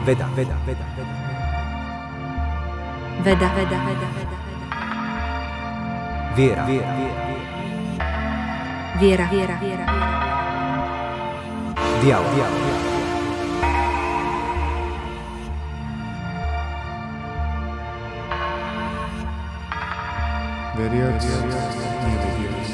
Veda, veda, veda, veda. Veda, veda, veda, veda. Viera, viera, viera. Viera, viera, viera. Dialog, dialog, dialog. Veriac, nevediac.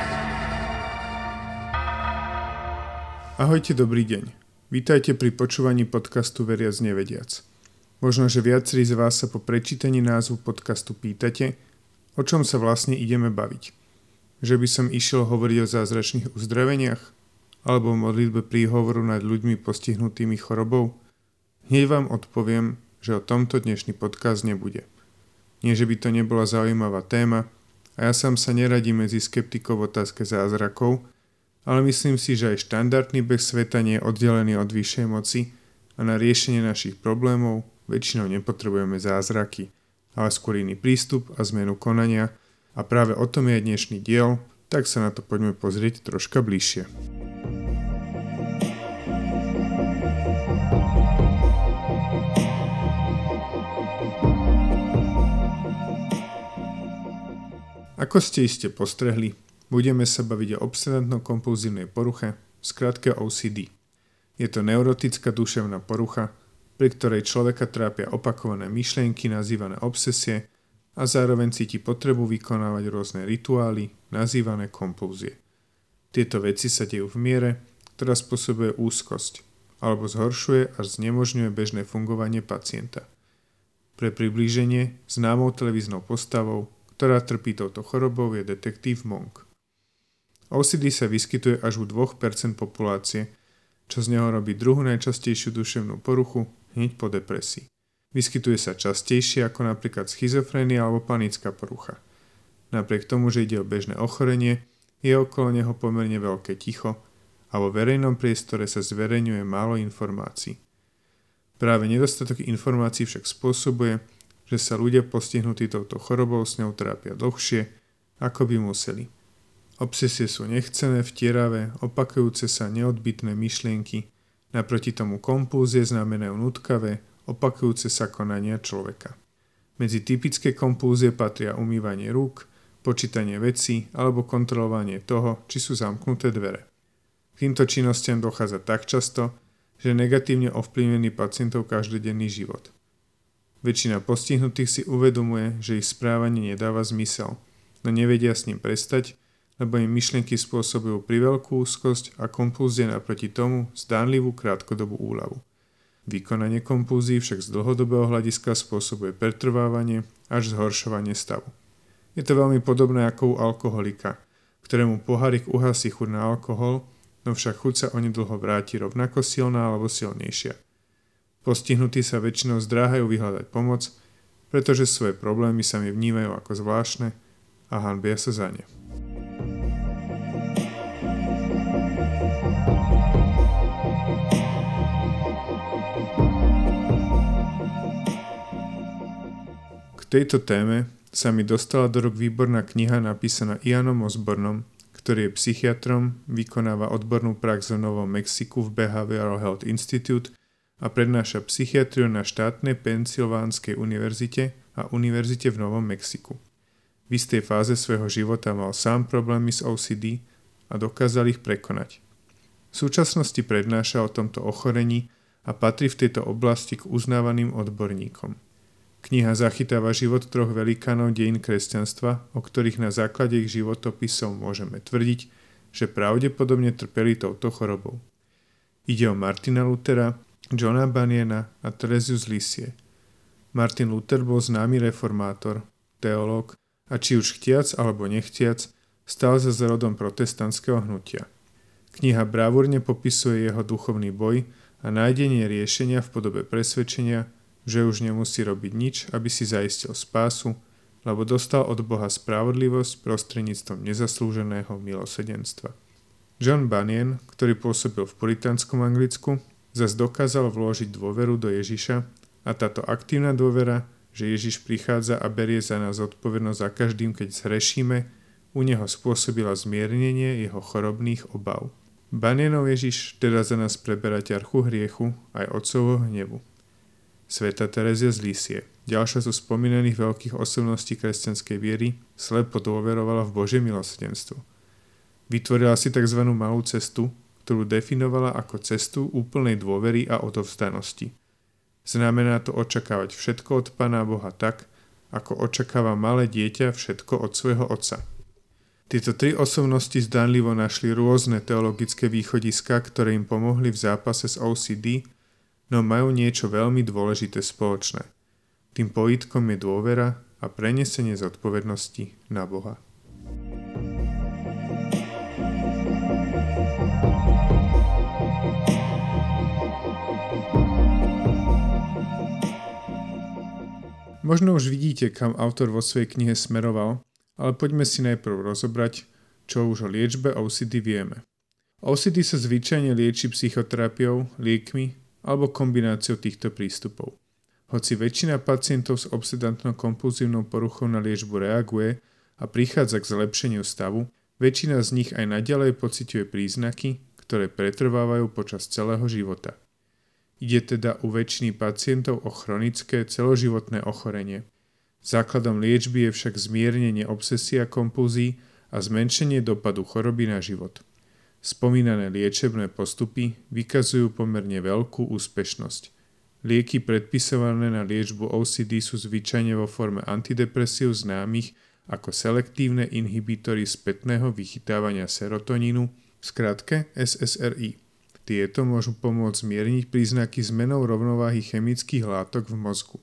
Ahojte, dobrý deň. Vítajte pri počúvaní podcastu Veriac nevediac. Možno, že viacerí z vás sa po prečítaní názvu podcastu pýtate, o čom sa vlastne ideme baviť. Že by som išiel hovoriť o zázračných uzdraveniach? Alebo o modlitbe príhovoru nad ľuďmi postihnutými chorobou? Hneď vám odpoviem, že o tomto dnešný podcast nebude. Nie, že by to nebola zaujímavá téma, a ja sám sa neradím medzi skeptikov v otázke zázrakov, ale myslím si, že aj štandardný beh sveta nie je oddelený od vyššej moci a na riešenie našich problémov väčšinou nepotrebujeme zázraky, ale skôr iný prístup a zmenu konania, a práve o tom je dnešný diel, tak sa na to poďme pozrieť troška bližšie. Ako ste iste postrehli, budeme sa baviť o obsedantno-kompulzívnej poruche, v skratke OCD. Je to neurotická duševná porucha, pri ktorej človeka trápia opakované myšlienky nazývané obsesie a zároveň cíti potrebu vykonávať rôzne rituály nazývané kompulzie. Tieto veci sa dejú v miere, ktorá spôsobuje úzkosť alebo zhoršuje až znemožňuje bežné fungovanie pacienta. Pre priblíženie známou televíznou postavou, ktorá trpí touto chorobou, je detektív Monk. OCD sa vyskytuje až u 2% populácie, čo z neho robí druhú najčastejšiu duševnú poruchu hneď po depresii. Vyskytuje sa častejšie ako napríklad schizofrénia alebo panická porucha. Napriek tomu, že ide o bežné ochorenie, je okolo neho pomerne veľké ticho a vo verejnom priestore sa zverejňuje málo informácií. Práve nedostatok informácií však spôsobuje, že sa ľudia postihnutí touto chorobou s ňou trápia dlhšie, ako by museli. Obsesie sú nechcené, vtieravé, opakujúce sa neodbytné myšlienky, naproti tomu kompulzie znamenajú nutkavé, opakujúce sa konania človeka. Medzi typické kompulzie patria umývanie rúk, počítanie vecí alebo kontrolovanie toho, či sú zamknuté dvere. K týmto činnostiam dochádza tak často, že negatívne ovplyvnený pacientov každodenný život. Väčšina postihnutých si uvedomuje, že ich správanie nedáva zmysel, no nevedia s ním prestať, lebo im myšlienky spôsobujú priveľkú úzkosť a kompulzie naproti tomu zdánlivú krátkodobú úľavu. Vykonanie kompulzií však z dlhodobého hľadiska spôsobuje pretrvávanie až zhoršovanie stavu. Je to veľmi podobné ako u alkoholika, ktorému pohárik uhasí chuť na alkohol, no však chuť sa onedlho vráti rovnako silná alebo silnejšia. Postihnutí sa väčšinou zdráhajú vyhľadať pomoc, pretože svoje problémy sami vnímajú ako zvláštne a hanbia sa za ne. K tejto téme sa mi dostala do rúk výborná kniha napísaná Ianom Osbornom, ktorý je psychiatrom, vykonáva odbornú prax v Novom Mexiku v Behavioral Health Institute a prednáša psychiatriu na štátnej Pensylvánskej univerzite a univerzite v Novom Mexiku. V istej fáze svojho života mal sám problémy s OCD a dokázal ich prekonať. V súčasnosti prednáša o tomto ochorení a patrí v tejto oblasti k uznávaným odborníkom. Kniha zachytáva život troch velikánov dejín kresťanstva, o ktorých na základe ich životopisov môžeme tvrdiť, že pravdepodobne trpeli touto chorobou. Ide o Martina Luthera, Johna Bunyana a Tereziu z Lisie. Martin Luther bol známy reformátor, teológ a či už chtiac alebo nechtiac stál za zrodom protestantského hnutia. Kniha bravúrne popisuje jeho duchovný boj a nájdenie riešenia v podobe presvedčenia, že už nemusí robiť nič, aby si zaistil spásu, lebo dostal od Boha spravodlivosť prostredníctvom nezaslúženého milosrdenstva. John Bunyan, ktorý pôsobil v puritánskom Anglicku, zas dokázal vložiť dôveru do Ježiša a táto aktívna dôvera, že Ježiš prichádza a berie za nás zodpovednosť za každým, keď zhrešíme, u neho spôsobila zmiernenie jeho chorobných obav. Bunyanov Ježiš teda za nás preberá ťarchu hriechu aj otcovho hnevu. Svätá Terezia z Lísie, ďalšia zo spomínaných veľkých osobností kresťanskej viery, slepo dôverovala v Božie milosrdenstvo. Vytvorila si tzv. Malú cestu, ktorú definovala ako cestu úplnej dôvery a odovzdanosti. Znamená to očakávať všetko od Pána Boha tak, ako očakáva malé dieťa všetko od svojho otca. Tieto tri osobnosti zdanlivo našli rôzne teologické východiská, ktoré im pomohli v zápase s OCD, no majú niečo veľmi dôležité spoločné. Tým pojitkom je dôvera a prenesenie zodpovednosti na Boha. Možno už vidíte, kam autor vo svojej knihe smeroval, ale poďme si najprv rozobrať, čo už o liečbe OCD vieme. OCD sa zvyčajne lieči psychoterapiou, liekmi alebo kombináciou týchto prístupov. Hoci väčšina pacientov s obsedantno-kompulzívnou poruchou na liečbu reaguje a prichádza k zlepšeniu stavu, väčšina z nich aj naďalej pociťuje príznaky, ktoré pretrvávajú počas celého života. Ide teda u väčšiny pacientov o chronické celoživotné ochorenie. Základom liečby je však zmiernenie obsesia kompulzií a zmenšenie dopadu choroby na život. Spomínané liečebné postupy vykazujú pomerne veľkú úspešnosť. Lieky predpisované na liečbu OCD sú zvyčajne vo forme antidepresív známych ako selektívne inhibitory spätného vychytávania serotonínu, v skratke SSRI. Tieto môžu pomôcť zmierniť príznaky zmenou rovnováhy chemických látok v mozgu.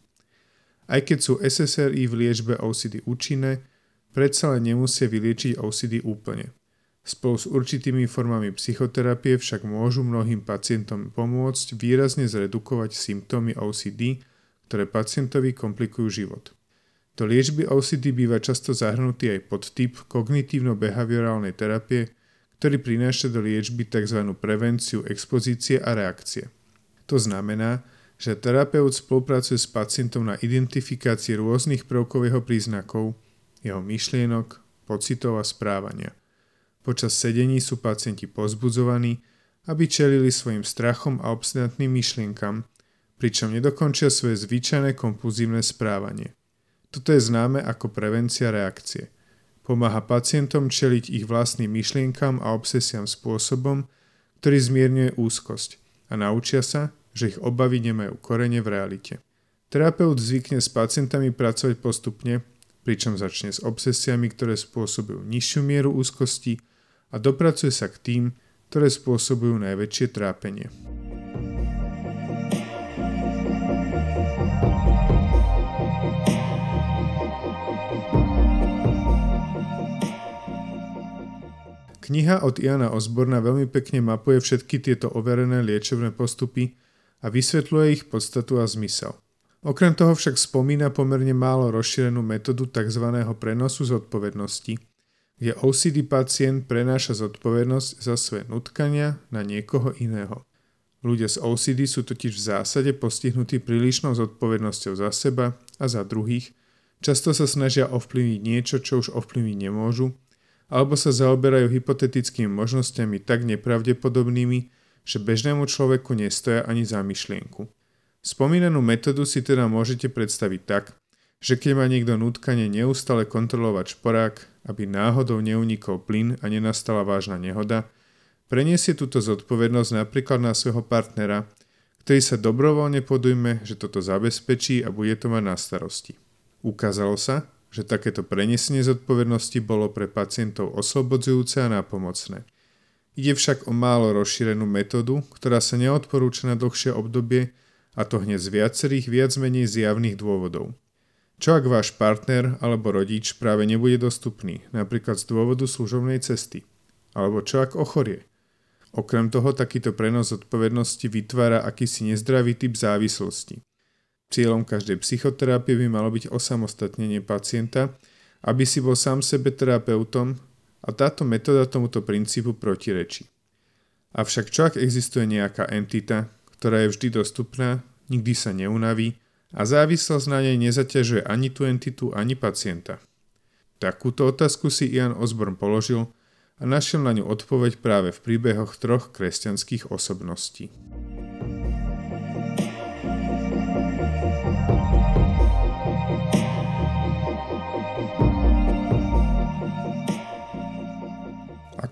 Aj keď sú SSRI v liečbe OCD účinné, predsa len nemusia vyliečiť OCD úplne. Spolu s určitými formami psychoterapie však môžu mnohým pacientom pomôcť výrazne zredukovať symptómy OCD, ktoré pacientovi komplikujú život. Do liečby OCD býva často zahrnutý aj podtyp kognitívno-behaviorálnej terapie, ktorý prináša do liečby tzv. Prevenciu expozície a reakcie. To znamená, že terapeut spolupracuje s pacientom na identifikácii rôznych prvkov jeho príznakov, jeho myšlienok, pocitov a správania. Počas sedení sú pacienti povzbudzovaní, aby čelili svojim strachom a obsedantným myšlienkam, pričom nedokončia svoje zvyčajné kompulzívne správanie. Toto je známe ako prevencia reakcie. Pomáha pacientom čeliť ich vlastným myšlienkam a obsesiám spôsobom, ktorý zmierňuje úzkosť a naučia sa, že ich obavy nemajú korene v realite. Terapeut zvykne s pacientami pracovať postupne, pričom začne s obsesiami, ktoré spôsobujú nižšiu mieru úzkosti a dopracuje sa k tým, ktoré spôsobujú najväčšie trápenie. Kniha od Iana Osborna veľmi pekne mapuje všetky tieto overené liečebné postupy a vysvetľuje ich podstatu a zmysel. Okrem toho však spomína pomerne málo rozšírenú metódu tzv. Prenosu zodpovednosti, kde OCD pacient prenáša zodpovednosť za svoje nutkania na niekoho iného. Ľudia s OCD sú totiž v zásade postihnutí prílišnou zodpovednosťou za seba a za druhých, často sa snažia ovplyvniť niečo, čo už ovplyvniť nemôžu, alebo sa zaoberajú hypotetickými možnosťami tak nepravdepodobnými, že bežnému človeku nestoja ani za myšlienku. Spomínanú metódu si teda môžete predstaviť tak, že keď má niekto nutkanie neustále kontrolovať šporák, aby náhodou neunikol plyn a nenastala vážna nehoda, preniesie túto zodpovednosť napríklad na svojho partnera, ktorý sa dobrovoľne podujme, že toto zabezpečí a bude to mať na starosti. Ukázalo sa, že takéto prenesenie zodpovednosti bolo pre pacientov oslobodzujúce a nápomocné. Ide však o málo rozšírenú metódu, ktorá sa neodporúča na dlhšie obdobie, a to hneď z viacerých viac menej zjavných dôvodov. Čo ak váš partner alebo rodič práve nebude dostupný, napríklad z dôvodu služobnej cesty? Alebo čo ak ochorie? Okrem toho takýto prenos zodpovednosti vytvára akýsi nezdravý typ závislosti. Cieľom každej psychoterapie by malo byť osamostatnenie pacienta, aby si bol sám sebe terapeutom, a táto metóda tomuto princípu protirečí. Avšak čo ak existuje nejaká entita, ktorá je vždy dostupná, nikdy sa neunaví a závislosť na nej nezaťažuje ani tú entitu, ani pacienta? Takúto otázku si Ian Osborn položil a našiel na ňu odpoveď práve v príbehoch troch kresťanských osobností.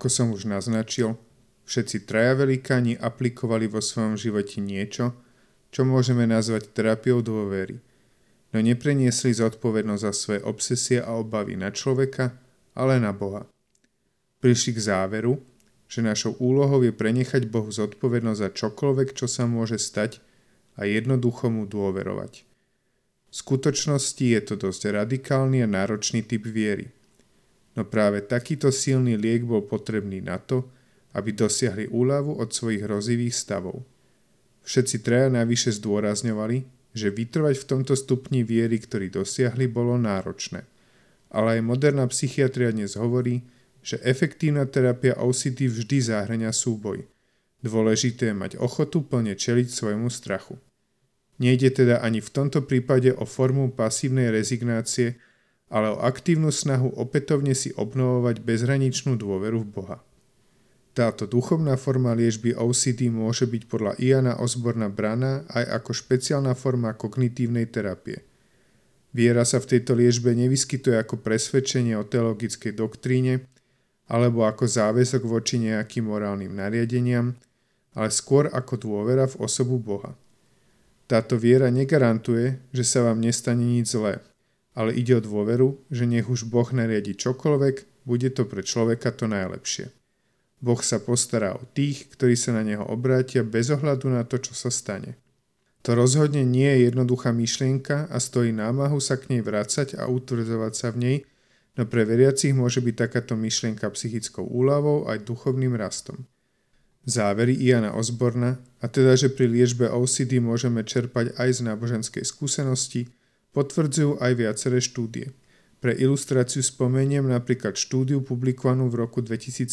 Ako som už naznačil, všetci traja velikáni aplikovali vo svojom živote niečo, čo môžeme nazvať terapiou dôvery, no nepreniesli zodpovednosť za svoje obsesie a obavy na človeka, ale na Boha. Prišli k záveru, že našou úlohou je prenechať Bohu zodpovednosť za čokoľvek, čo sa môže stať a jednoducho mu dôverovať. V skutočnosti je to dosť radikálny a náročný typ viery. No práve takýto silný liek bol potrebný na to, aby dosiahli úľavu od svojich hrozivých stavov. Všetci traja navyše zdôrazňovali, že vytrvať v tomto stupni viery, ktorý dosiahli, bolo náročné. Ale aj moderná psychiatria dnes hovorí, že efektívna terapia OCD vždy zahŕňa súboj. Dôležité je mať ochotu plne čeliť svojmu strachu. Nejde teda ani v tomto prípade o formu pasívnej rezignácie, ale o aktívnu snahu opätovne si obnovovať bezhraničnú dôveru v Boha. Táto duchovná forma liečby OCD môže byť podľa Iana Osborna braná aj ako špeciálna forma kognitívnej terapie. Viera sa v tejto liečbe nevyskytuje ako presvedčenie o teologickej doktríne alebo ako záväzok voči nejakým morálnym nariadeniam, ale skôr ako dôvera v osobu Boha. Táto viera negarantuje, že sa vám nestane nič zlé, ale ide o dôveru, že nech už Boh nariadi čokoľvek, bude to pre človeka to najlepšie. Boh sa postará o tých, ktorí sa na Neho obrátia bez ohľadu na to, čo sa stane. To rozhodne nie je jednoduchá myšlienka a stojí námahu sa k nej vracať a utvrdzovať sa v nej, no pre veriacich môže byť takáto myšlienka psychickou úľavou aj duchovným rastom. Závery Iana Osborna, a teda, že pri liečbe OCD môžeme čerpať aj z náboženskej skúsenosti, potvrdzujú aj viaceré štúdie. Pre ilustráciu spomeniem napríklad štúdiu publikovanú v roku 2017,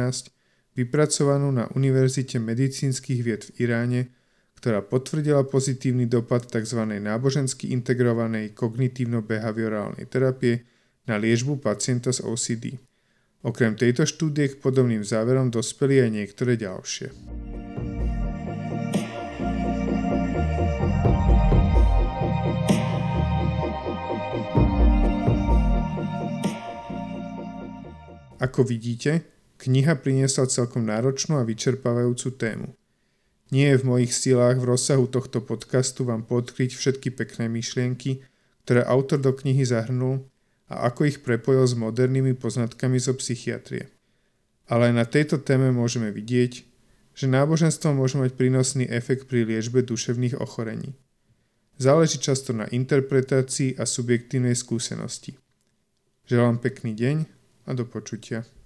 vypracovanú na Univerzite medicínskych vied v Iráne, ktorá potvrdila pozitívny dopad tzv. Nábožensky integrovanej kognitívno-behaviorálnej terapie na liečbu pacienta s OCD. Okrem tejto štúdie k podobným záverom dospeli aj niektoré ďalšie. Ako vidíte, kniha priniesla celkom náročnú a vyčerpávajúcu tému. Nie je v mojich silách v rozsahu tohto podcastu vám podkryť všetky pekné myšlienky, ktoré autor do knihy zahrnul a ako ich prepojil s modernými poznatkami zo psychiatrie. Ale aj na tejto téme môžeme vidieť, že náboženstvo môže mať prínosný efekt pri liečbe duševných ochorení. Záleží často na interpretácii a subjektívnej skúsenosti. Želám pekný deň a do počutia.